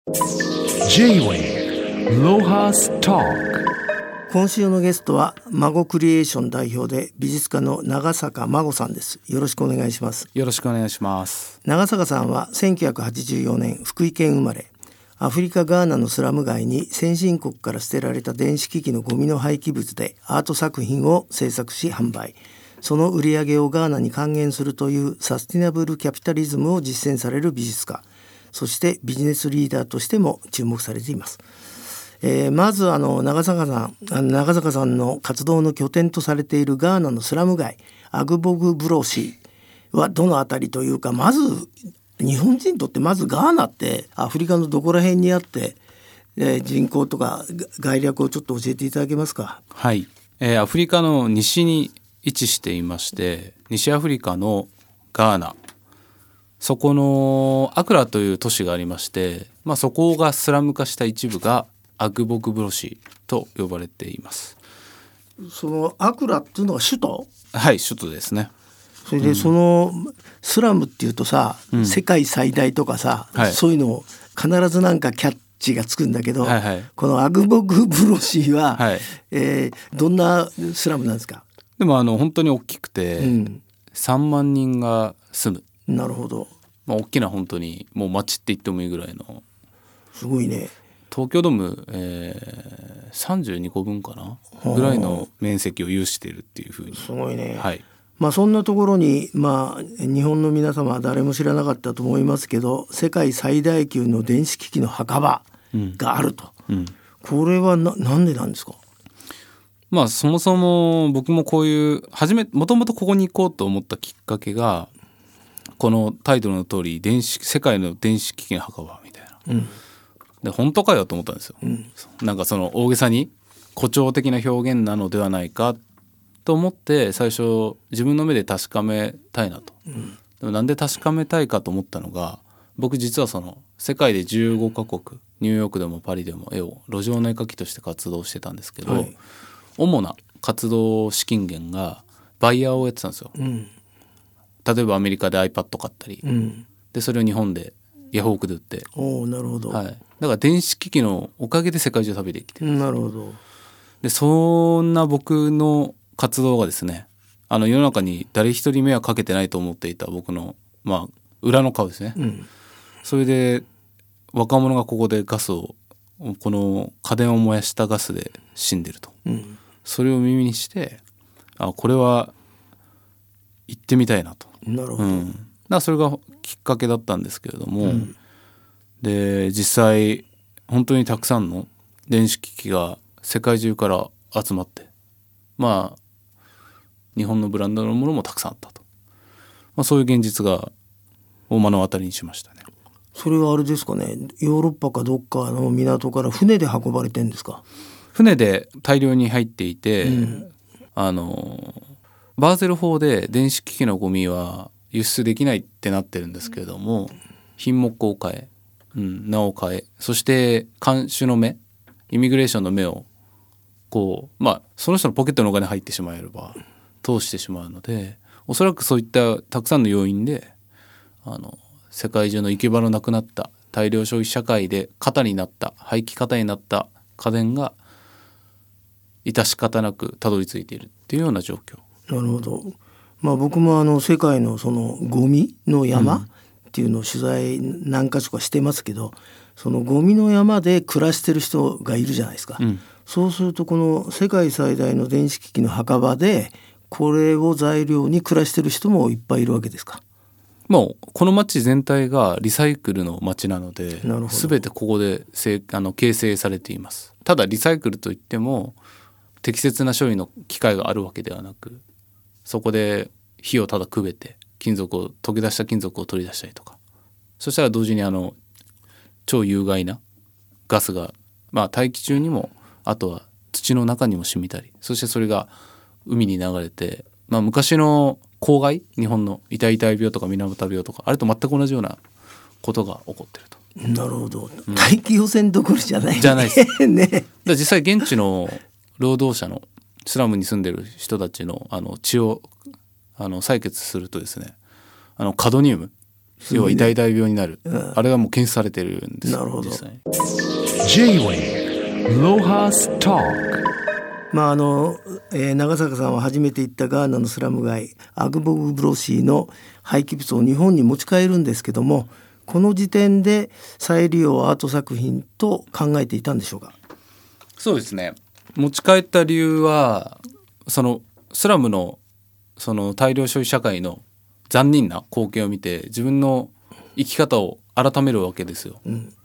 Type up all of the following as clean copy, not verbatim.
J-Wave ロハストーク。 今週のゲストは孫クリエーション代表で美術家の長坂孫さんです。よろしくお願いします。 よろしくお願いします。 長坂さんは1984年福井県生まれ、アフリカガーナのスラム街に先進国から捨てられた電子機器のゴミの廃棄物でアート作品を制作し販売、その売り上げをガーナに還元するというサスティナブルキャピタリズムを実践される美術家、そしてビジネスリーダーとしても注目されています。まず長坂さんの活動の拠点とされているガーナのスラム街アグボグブロシはどのあたりというか、まず日本人にとってまずガーナってアフリカのどこら辺にあって、人口とか概略をちょっと教えていただけますか。 はい、アフリカの西に位置していまして、西アフリカのガーナ、そこのアクラという都市がありまして、そこがスラム化した一部がアグボグブロシと呼ばれています。 そのアクラっていうのは首都？ はい、首都ですね。 それでそのスラムっていうとさ、世界最大とかさ、そういうの必ずなんかキャッチがつくんだけど、このアグボグブロシは、どんなスラムなんですか？ でも本当に大きくて、3万人が住む。 なるほど。 大きな本当にもう町って言ってもいいぐらいの。 すごいね。 東京ドーム、32個分かなぐらいの面積を有しているっていうふうに。 すごいね。 はい。 そんなところに、日本の皆様は誰も知らなかったと思いますけど、世界最大級の電子機器の墓場があると、これはなんでなんですか？ そもそも僕もこういうもともとここに行こうと思ったきっかけが、このタイトルの通り世界の電子機器の墓場みたいな、で本当かよと思ったんですよ、なんかその大げさに誇張的な表現なのではないかと思って、最初自分の目で確かめたいなと、でもなんで確かめたいかと思ったのが、僕実はその世界で15カ国、ニューヨークでもパリでも路上の絵描きとして活動してたんですけど、主な活動資金源がバイヤーをやってたんですよ、例えばアメリカで iPad 買ったり、でそれを日本でヤフオクで売って。 なるほど、 だから電子機器のおかげで世界中食べてきてる。 なるほど。 でそんな僕の活動がですね、世の中に誰一人目はかけてないと思っていた僕の裏の顔ですね、それで若者がここでこの家電を燃やしたガスで死んでると、それを耳にして、これは行ってみたいなと。 なるほど、 だからそれがきっかけだったんですけれども、で実際本当にたくさんの電子機器が世界中から集まって、日本のブランドのものもたくさんあったと、そういう現実を目の当たりにしましたね。 それはあれですかね、ヨーロッパかどっかの港から船で運ばれてるんですか？ 船で大量に入っていて、バーゼル法で電子機器のゴミは輸出できないってなってるんですけれども、品目を変え、名を変え、そして監視の目、イミグレーションの目をその人のポケットのお金入ってしまえれば通してしまうので、おそらくそういったたくさんの要因で世界中の行き場のなくなった大量消費社会で廃棄型になった家電が致し方なくたどり着いているっていうような状況。 なるほど。僕も世界のそのゴミの山っていうのを取材何か所かしてますけど、そのゴミの山で暮らしてる人がいるじゃないですか、そうするとこの世界最大の電子機器の墓場でこれを材料に暮らしてる人もいっぱいいるわけですか？ もうこの町全体がリサイクルの町なので、全てここで形成されています。ただリサイクルといっても適切な処理の機械があるわけではなく、そこで火をただくべて溶け出した金属を取り出したりとか、そしたら同時に超有害なガスが、大気中にも、あとは土の中にも染みたり、そしてそれが海に流れて、昔の公害、日本の痛々病とか水俣病とかあれと全く同じようなことが起こってると。 なるほど、大気汚染どころじゃないですね。 実際現地の労働者のスラムに住んでる人たちの血を採血するとですね、カドニウム、 要は痛々病になる、あれがもう検出されてるんですよ。 なるほど。 実際に J-Wave Lohas Talk。 長坂さんは初めて行ったガーナのスラム街アグボグブロシーの廃棄物を日本に持ち帰るんですけども、この時点で再利用アート作品と考えていたんでしょうか？ そうですね。持ち帰った理由はそのスラムのその大量消費社会の残忍な光景を見て自分の生き方を改めるわけですよ。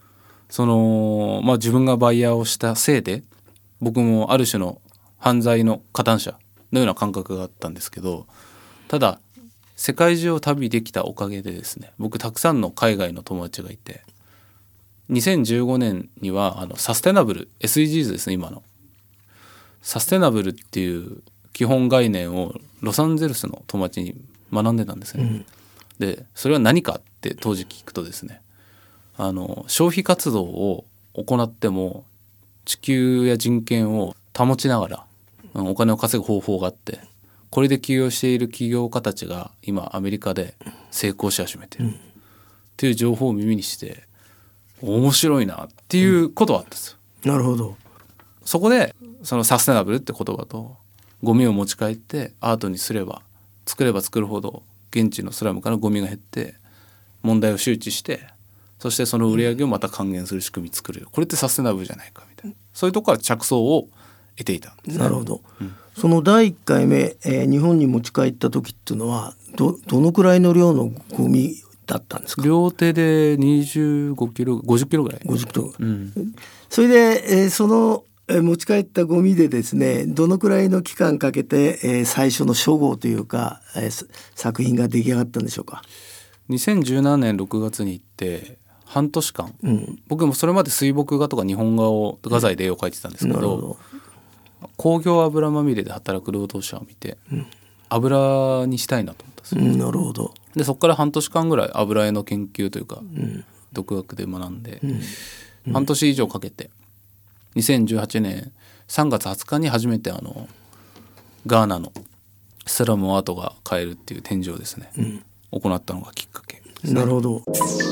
自分がバイヤーをしたせいで僕もある種の犯罪の加担者のような感覚があったんですけど、ただ世界中を旅できたおかげでですね、僕たくさんの海外の友達がいて、2015年にはサステナブル SDGs ですね、今のサステナブルっていう基本概念をロサンゼルスの友達に学んでたんですね、でそれは何かって当時聞くとですね、消費活動を行っても地球や人権を保ちながらお金を稼ぐ方法があって、これで起業している起業家たちが今アメリカで成功し始めてるっていう情報を耳にして面白いなっていうことはあったんですよ。 なるほど。 そこでそのサステナブルって言葉とゴミを持ち帰ってアートにすれば作れば作るほど現地のスラムからゴミが減って問題を周知して、そしてその売り上げをまた還元する仕組み作れる、これってサステナブルじゃないかみたいな、そういうところから着想を得ていたんですね。 なるほど、その第1回目、日本に持ち帰った時っていうのはどのくらいの量のゴミだったんですか？ 両手で25キロ50キロぐらい。 50キロ、それで、その持ち帰ったゴミでですね、どのくらいの期間かけて、最初の初号というか、作品が出来上がったんでしょうか ？2017年6月に行って半年間、僕もそれまで水墨画とか日本画を画材で絵を描いてたんですけど、工業油まみれで働く労働者を見て、油にしたいなと思ったんですよ。 なるほど。 でそこから半年間ぐらい油絵の研究というか、独学で学んで、半年以上かけて2018年3月20日に初めてガーナのスラムアートが買えるっていう展示をですね、行ったのがきっかけですね。 なるほど。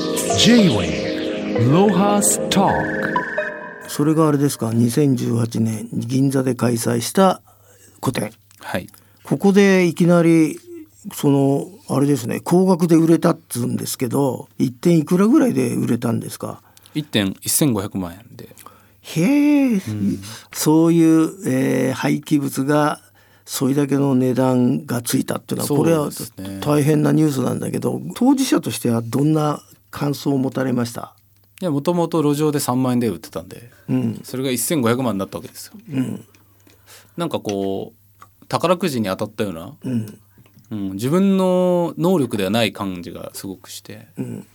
J-Wave Lohas Talk。 それがあれですか、2018年銀座で開催した個展、 はい、 ここでいきなりあれですね、高額で売れたっつうんですけど、1点いくらぐらいで売れたんですか 1点1500万円で。 へえ、そういう、廃棄物がそれだけの値段がついたっていうのは、これは大変なニュースなんだけど、当事者としてはどんな感想を持たれました？ いや、もともと路上で3万円で売ってたんで、それが1500万になったわけですよ。なんかこう宝くじに当たったような、自分の能力ではない感じがすごくして、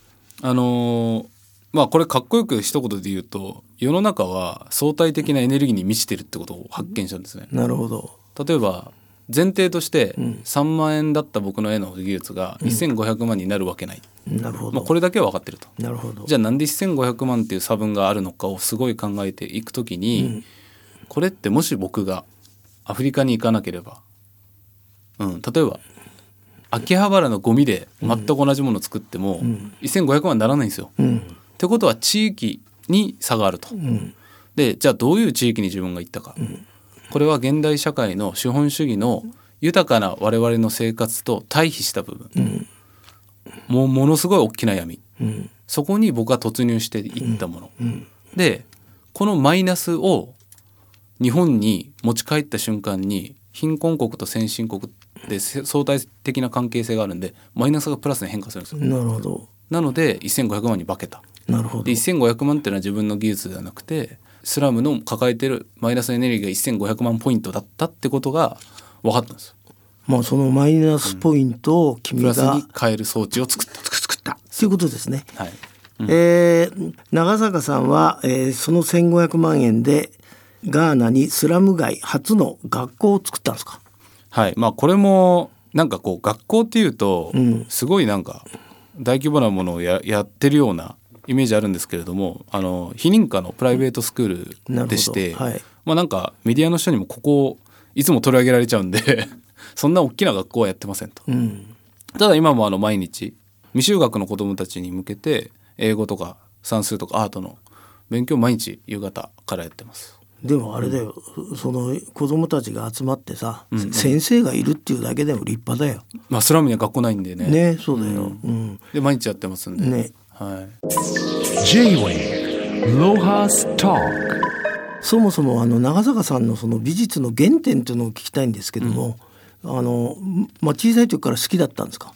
これかっこよく一言で言うと、世の中は相対的なエネルギーに満ちてるってことを発見したんですね。 なるほど。 例えば前提として3万円だった僕の絵の技術が1500万になるわけない、 なるほど。 これだけは分かってると。 なるほど。 じゃあなんで1500万っていう差分があるのかをすごい考えていくときに、これってもし僕がアフリカに行かなければ、例えば秋葉原のゴミで全く同じものを作っても1500万にならないんですよ。ってことは地域に差があると。でじゃあどういう地域に自分が行ったか、これは現代社会の資本主義の豊かな我々の生活と対比した部分、ものすごい大きな闇、そこに僕が突入していったもの、でこのマイナスを日本に持ち帰った瞬間に貧困国と先進国で相対的な関係性があるんで、マイナスがプラスに変化するんですよ。 なるほど。 なので1500万に化けた。 なるほど。 で1500万っていうのは自分の技術ではなくてスラムの抱えてるマイナスエネルギーが1500万ポイントだったってことが分かったんですよ。 そのマイナスポイントを君が、 プラスに変える装置を作ったということですね。 はい。 長坂さんは、その1500万円でガーナにスラム街初の学校を作ったんですか？ はい。これもなんかこう学校っていうと、すごいなんか大規模なものを やってるようなイメージあるんですけれども、非認可のプライベートスクールでして、なんかメディアの人にもここをいつも取り上げられちゃうんでそんな大きな学校はやってませんと、ただ今も毎日未就学の子どもたちに向けて英語とか算数とかアートの勉強を毎日夕方からやってます。 でもあれだよ、その子供たちが集まってさ、先生がいるっていうだけでも立派だよ。 まあスラムには学校ないんでね。 ね、そうだよ。 で毎日やってますんで。 ね。 はい。 J-Wave Lohas Talk。 そもそも長坂さんのその美術の原点というのを聞きたいんですけども、小さい時から好きだったんですか？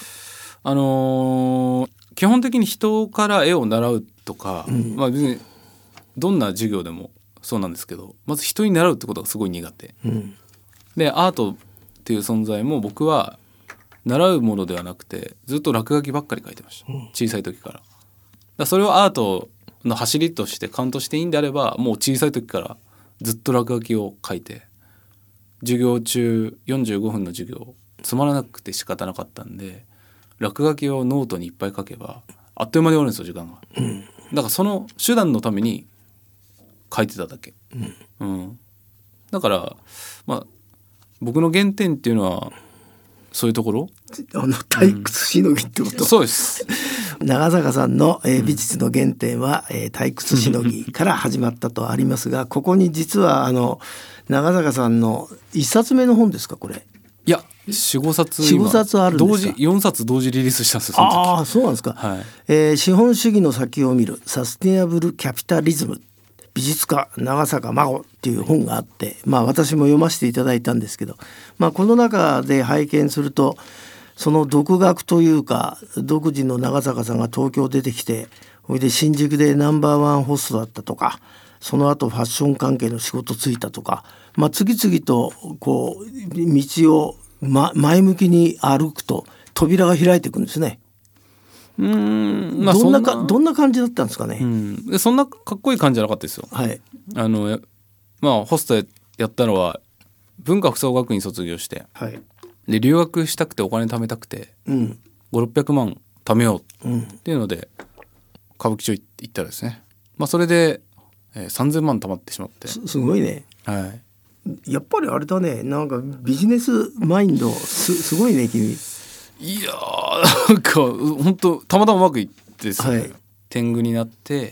基本的に人から絵を習うとか、別にどんな授業でもそうなんですけど、まず人に習うってことがすごい苦手、でアートっていう存在も僕は習うものではなくてずっと落書きばっかり描いてました、小さい時から。だからそれをアートの走りとしてカウントしていいんであれば、もう小さい時からずっと落書きを描いて、授業中45分の授業つまらなくて仕方なかったんで、落書きをノートにいっぱい書けばあっという間に終わるんですよ、時間が。だからその手段のために書いてただけ、だから僕の原点っていうのはそういうところ、 退屈しのぎってこと、 そうです。 長坂さんの、美術の原点は、退屈しのぎから始まったとありますが、ここに実は長坂さんの1冊目の本ですか、これ？ いや 4,5 冊 4,5冊あるんですか？ 4冊同時リリースしたんですよ、その時。 ああ、そうなんですか、資本主義の先を見るサステナブルキャピタリズム、美術家長坂真帆っていう本があって、私も読ませていただいたんですけど、この中で拝見すると、その独学というか独自の長坂さんが東京出てきて、それで新宿でナンバーワンホストだったとか、その後ファッション関係の仕事ついたとか、次々とこう道を、前向きに歩くと扉が開いていくんですね。どんな感じだったんですかね？ そんなかっこいい感じじゃなかったですよ。ホストやったのは文化服装学院卒業して、で留学したくてお金貯めたくて、500-600万貯めようっていうので、歌舞伎町行ったらですね、それで、3,000万貯まってしまって。 すごいね。やっぱりあれだね、なんかビジネスマインド すごいね君。 いやー、なんか本当たまたまうまくいってですね、天狗になって、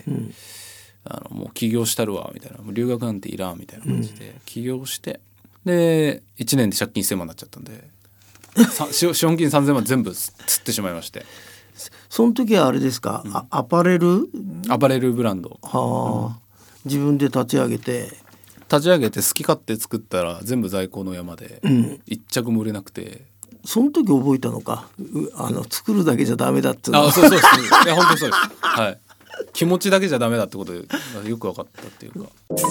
もう起業したるわみたいな、もう留学なんていらんみたいな感じで起業して、で1年で借金1,000万になっちゃったんで資本金3,000万全部釣ってしまいまして。 その時はあれですか、アパレルブランド、 自分で立ち上げて好き勝手作ったら全部在庫の山で、一着も売れなくて。 その時覚えたのか、作るだけじゃダメだっていうのは。 そうです。いや本当にそうです。気持ちだけじゃダメだってことよく分かったっていうか。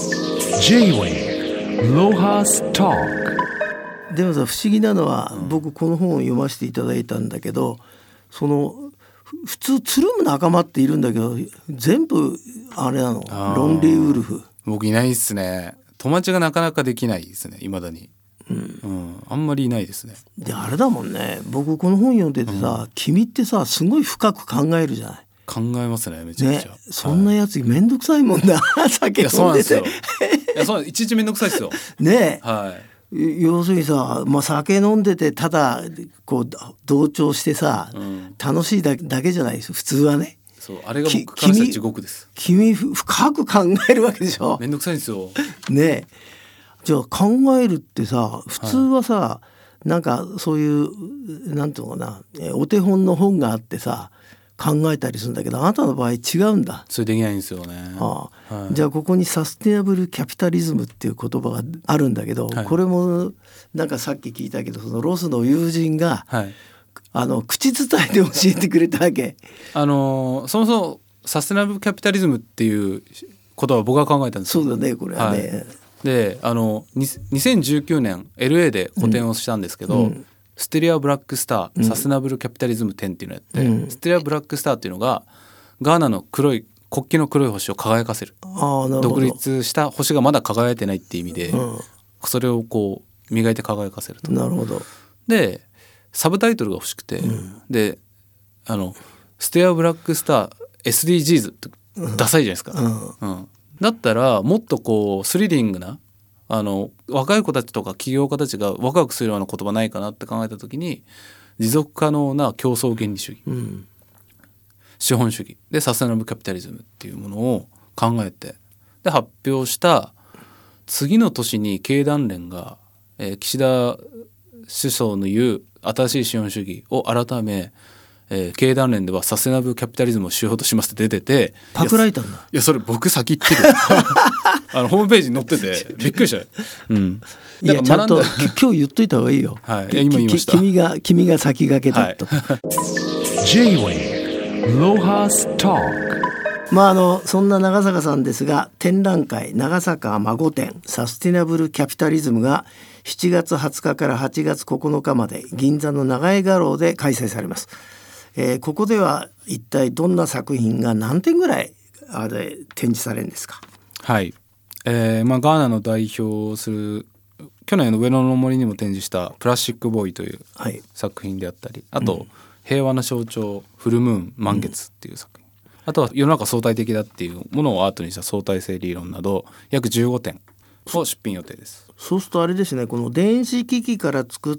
J-Wave Lohas Talk。 でもさ、不思議なのは、僕この本を読ませていただいたんだけど、その普通つるむ仲間っているんだけど、全部あれなの、ロンリーウルフ。 僕いないっすね。友達がなかなかできないですね、未だに。あんまりいないですね。 であれだもんね、僕この本読んでてさ、君ってさすごい深く考えるじゃない。 考えますね、めちゃくちゃ、 そんなやつめんどくさいもんな酒飲んでて。 そういちいちめんどくさいですよねえ、要するにさ、酒飲んでてただこう同調してさ、楽しいだけじゃないですよ普通はね。 そう、あれが僕からしたら地獄です。 君深く考えるわけでしょ。 めんどくさいんですよねえ。じゃあ考えるってさ、普通はさ、なんかそういうなんていうのかな、お手本の本があってさ考えたりするんだけど、あなたの場合違うんだ。 それできないんですよね。 じゃあここにサステナブルキャピタリズムっていう言葉があるんだけど、これもなんかさっき聞いたけど、そのロスの友人が、口伝えで教えてくれたわけ。 そもそもサステナブルキャピタリズムっていう言葉は僕が考えたんですよ。 そうだね、これはね。 で2019年 LA で個展をしたんですけど、ステリアブラックスター、サステナブルキャピタリズム展っていうのをやって、ステリアブラックスターっていうのがガーナの国旗の黒い星を輝かせる。独立した星がまだ輝いてないっていう意味で、それをこう磨いて輝かせると。 なるほど。 でサブタイトルが欲しくて、でステリアブラックスター SDGs ってダサいじゃないですか。だったらもっとこうスリリングな若い子たちとか起業家たちがワクワクするような言葉ないかなって考えた時に、 持続可能な競争原理主義、資本主義でサステナブルキャピタリズムっていうものを考えて、で発表した次の年に経団連が、岸田首相の言う新しい資本主義を改め、経団連ではサステナブルキャピタリズムをしようとしますって出てて、 パクられたんだ。 いやそれ僕先言ってるホームページに載っててびっくりしたよ、 いやちゃんと今日言っといた方がいいよ。 はい、今言いました。 君が先駆けだと、 J-Way ロハストーク。 そんな長坂さんですが、展覧会長坂孫展サステナブルキャピタリズムが7月20日から8月9日まで銀座の長江画廊で開催されます。ここでは一体どんな作品が何点ぐらい展示されるんですか？ はい、ガーナの代表する去年の上野の森にも展示したプラスチックボーイという作品であったり、あと、平和の象徴フルムーン満月っていう作品、あとは世の中相対的だっていうものをアートにした相対性理論など約15点を出品予定です。 そうするとあれですね、この電子機器から作った、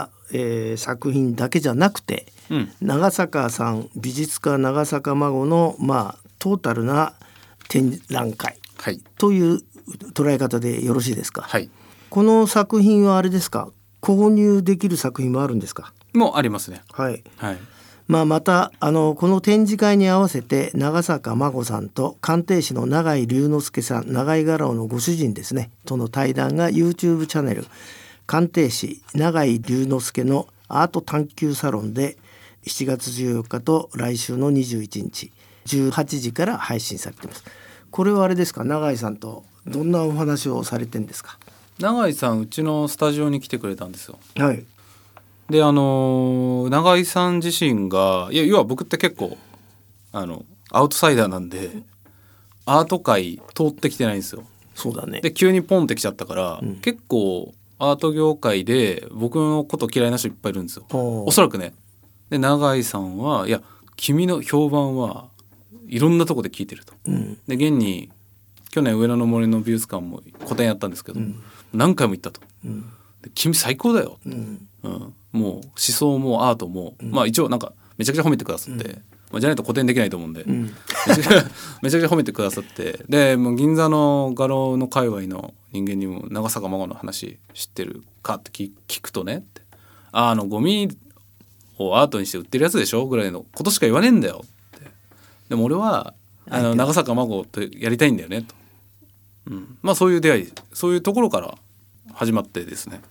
作品だけじゃなくて、長坂さん美術家長坂孫の、トータルな展覧会という捉え方でよろしいですか？ はい、 この作品はあれですか、購入できる作品もあるんですか？ もうありますね。 はい、 はい。 またこの展示会に合わせて長坂孫さんと鑑定士の永井龍之介さん、長井画廊のご主人ですねとの対談が YouTube チャンネル鑑定士永井龍之介のアート探求サロンで7月14日と来週の21日18時から配信されています。これはあれですか、永井さんとどんなお話をされてんですか？ 永井さんうちのスタジオに来てくれたんですよ。 はい。 で永井さん自身が要は僕って結構アウトサイダーなんでアート界通ってきてないんですよ。 そうだね。 で急にポンってきちゃったから、結構アート業界で僕のこと嫌いな人いっぱいいるんですよ、おそらくね。で永井さんはいや君の評判はいろんなとこで聞いてると、で現に去年上野の森の美術館も個展やったんですけど、何回も行ったと、で君最高だよ、もう思想もアートも、一応なんかめちゃくちゃ褒めてくださって、じゃないと個展できないと思うんで、めちゃくちゃ褒めてくださって、でもう銀座の画廊の界隈の人間にも長坂孫の話知ってるかって聞くとねって、ゴミをアートにして売ってるやつでしょぐらいのことしか言わねえんだよって。でも俺は長坂孫とやりたいんだよねと、そういう出会い、そういうところから始まってですね。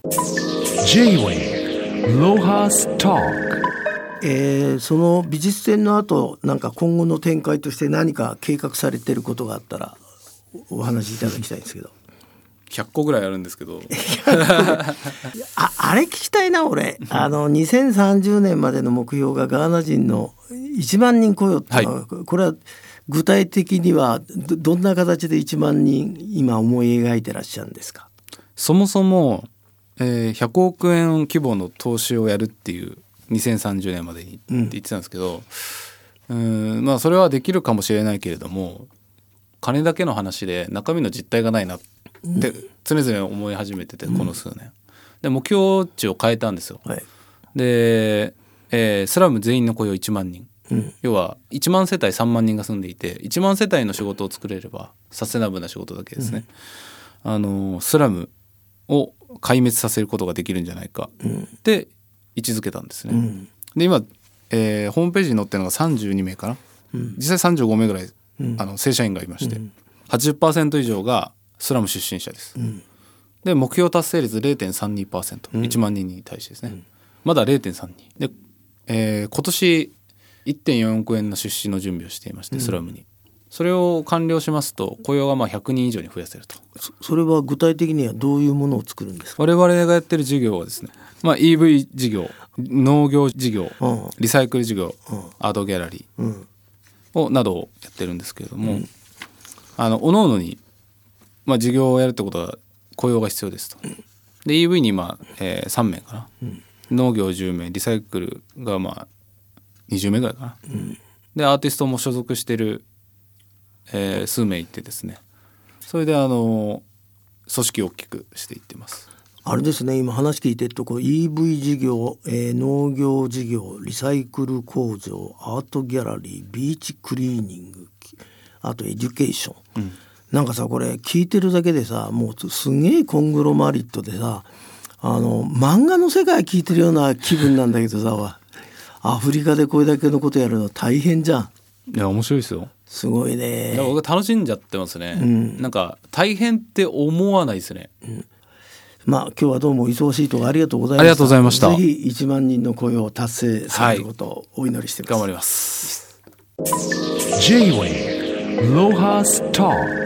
J-Way ロハストーク。 その美術展の後なんか今後の展開として何か計画されていることがあったらお話しいただきたいんですけど。 100個ぐらいあるんですけどあれ聞きたいな俺。2030年までの目標がガーナ人の1万人雇用っていうのは、これは具体的には どんな形で1万人今思い描いてらっしゃるんですか？ そもそも、100億円規模の投資をやるっていう2030年までにって言ってたんですけど、それはできるかもしれないけれども金だけの話で中身の実態がないなって常々思い始めてて、この数年で目標値を変えたんですよ、で、スラム全員の雇用1万人、要は1万世帯3万人が住んでいて1万世帯の仕事を作れればサステナブルな仕事だけですね、スラムを壊滅させることができるんじゃないかって位置づけたんですね、で今、ホームページに載ってるのが32名かな、実際35名ぐらい、正社員がいまして、80% 以上がスラム出身者です、で目標達成率 0.32%、1万人に対してですね、まだ 0.32 で、今年 1.4 億円の出資の準備をしていまして、スラムにそれを完了しますと雇用が100人以上に増やせると。 それは具体的にはどういうものを作るんですか？ 我々がやってる事業はですね、EV 事業、農業事業、リサイクル事業、アートギャラリーなどをやってるんですけれども、各々に、事業をやるってことは雇用が必要ですと。で EV に3名かな、農業10名、リサイクルが20名ぐらいかな、でアーティストも所属してる数名いてですね、それで組織を大きくしていってます。 あれですね、今話聞いてるとこう EV 事業、農業事業、リサイクル工場、アートギャラリー、ビーチクリーニング、あとエデュケーション、なんかさこれ聞いてるだけでさもうすげえコングロマリットでさ漫画の世界聞いてるような気分なんだけどさアフリカでこれだけのことやるの大変じゃん。 いや面白いですよ。 すごいね。 僕楽しんじゃってますね、なんか大変って思わないですね、 まあ今日はどうも忙しいところありがとうございました。 ありがとうございました。 ぜひ1万人の雇用を達成されることをお祈りしてます、 頑張ります。 J-Way ロハスター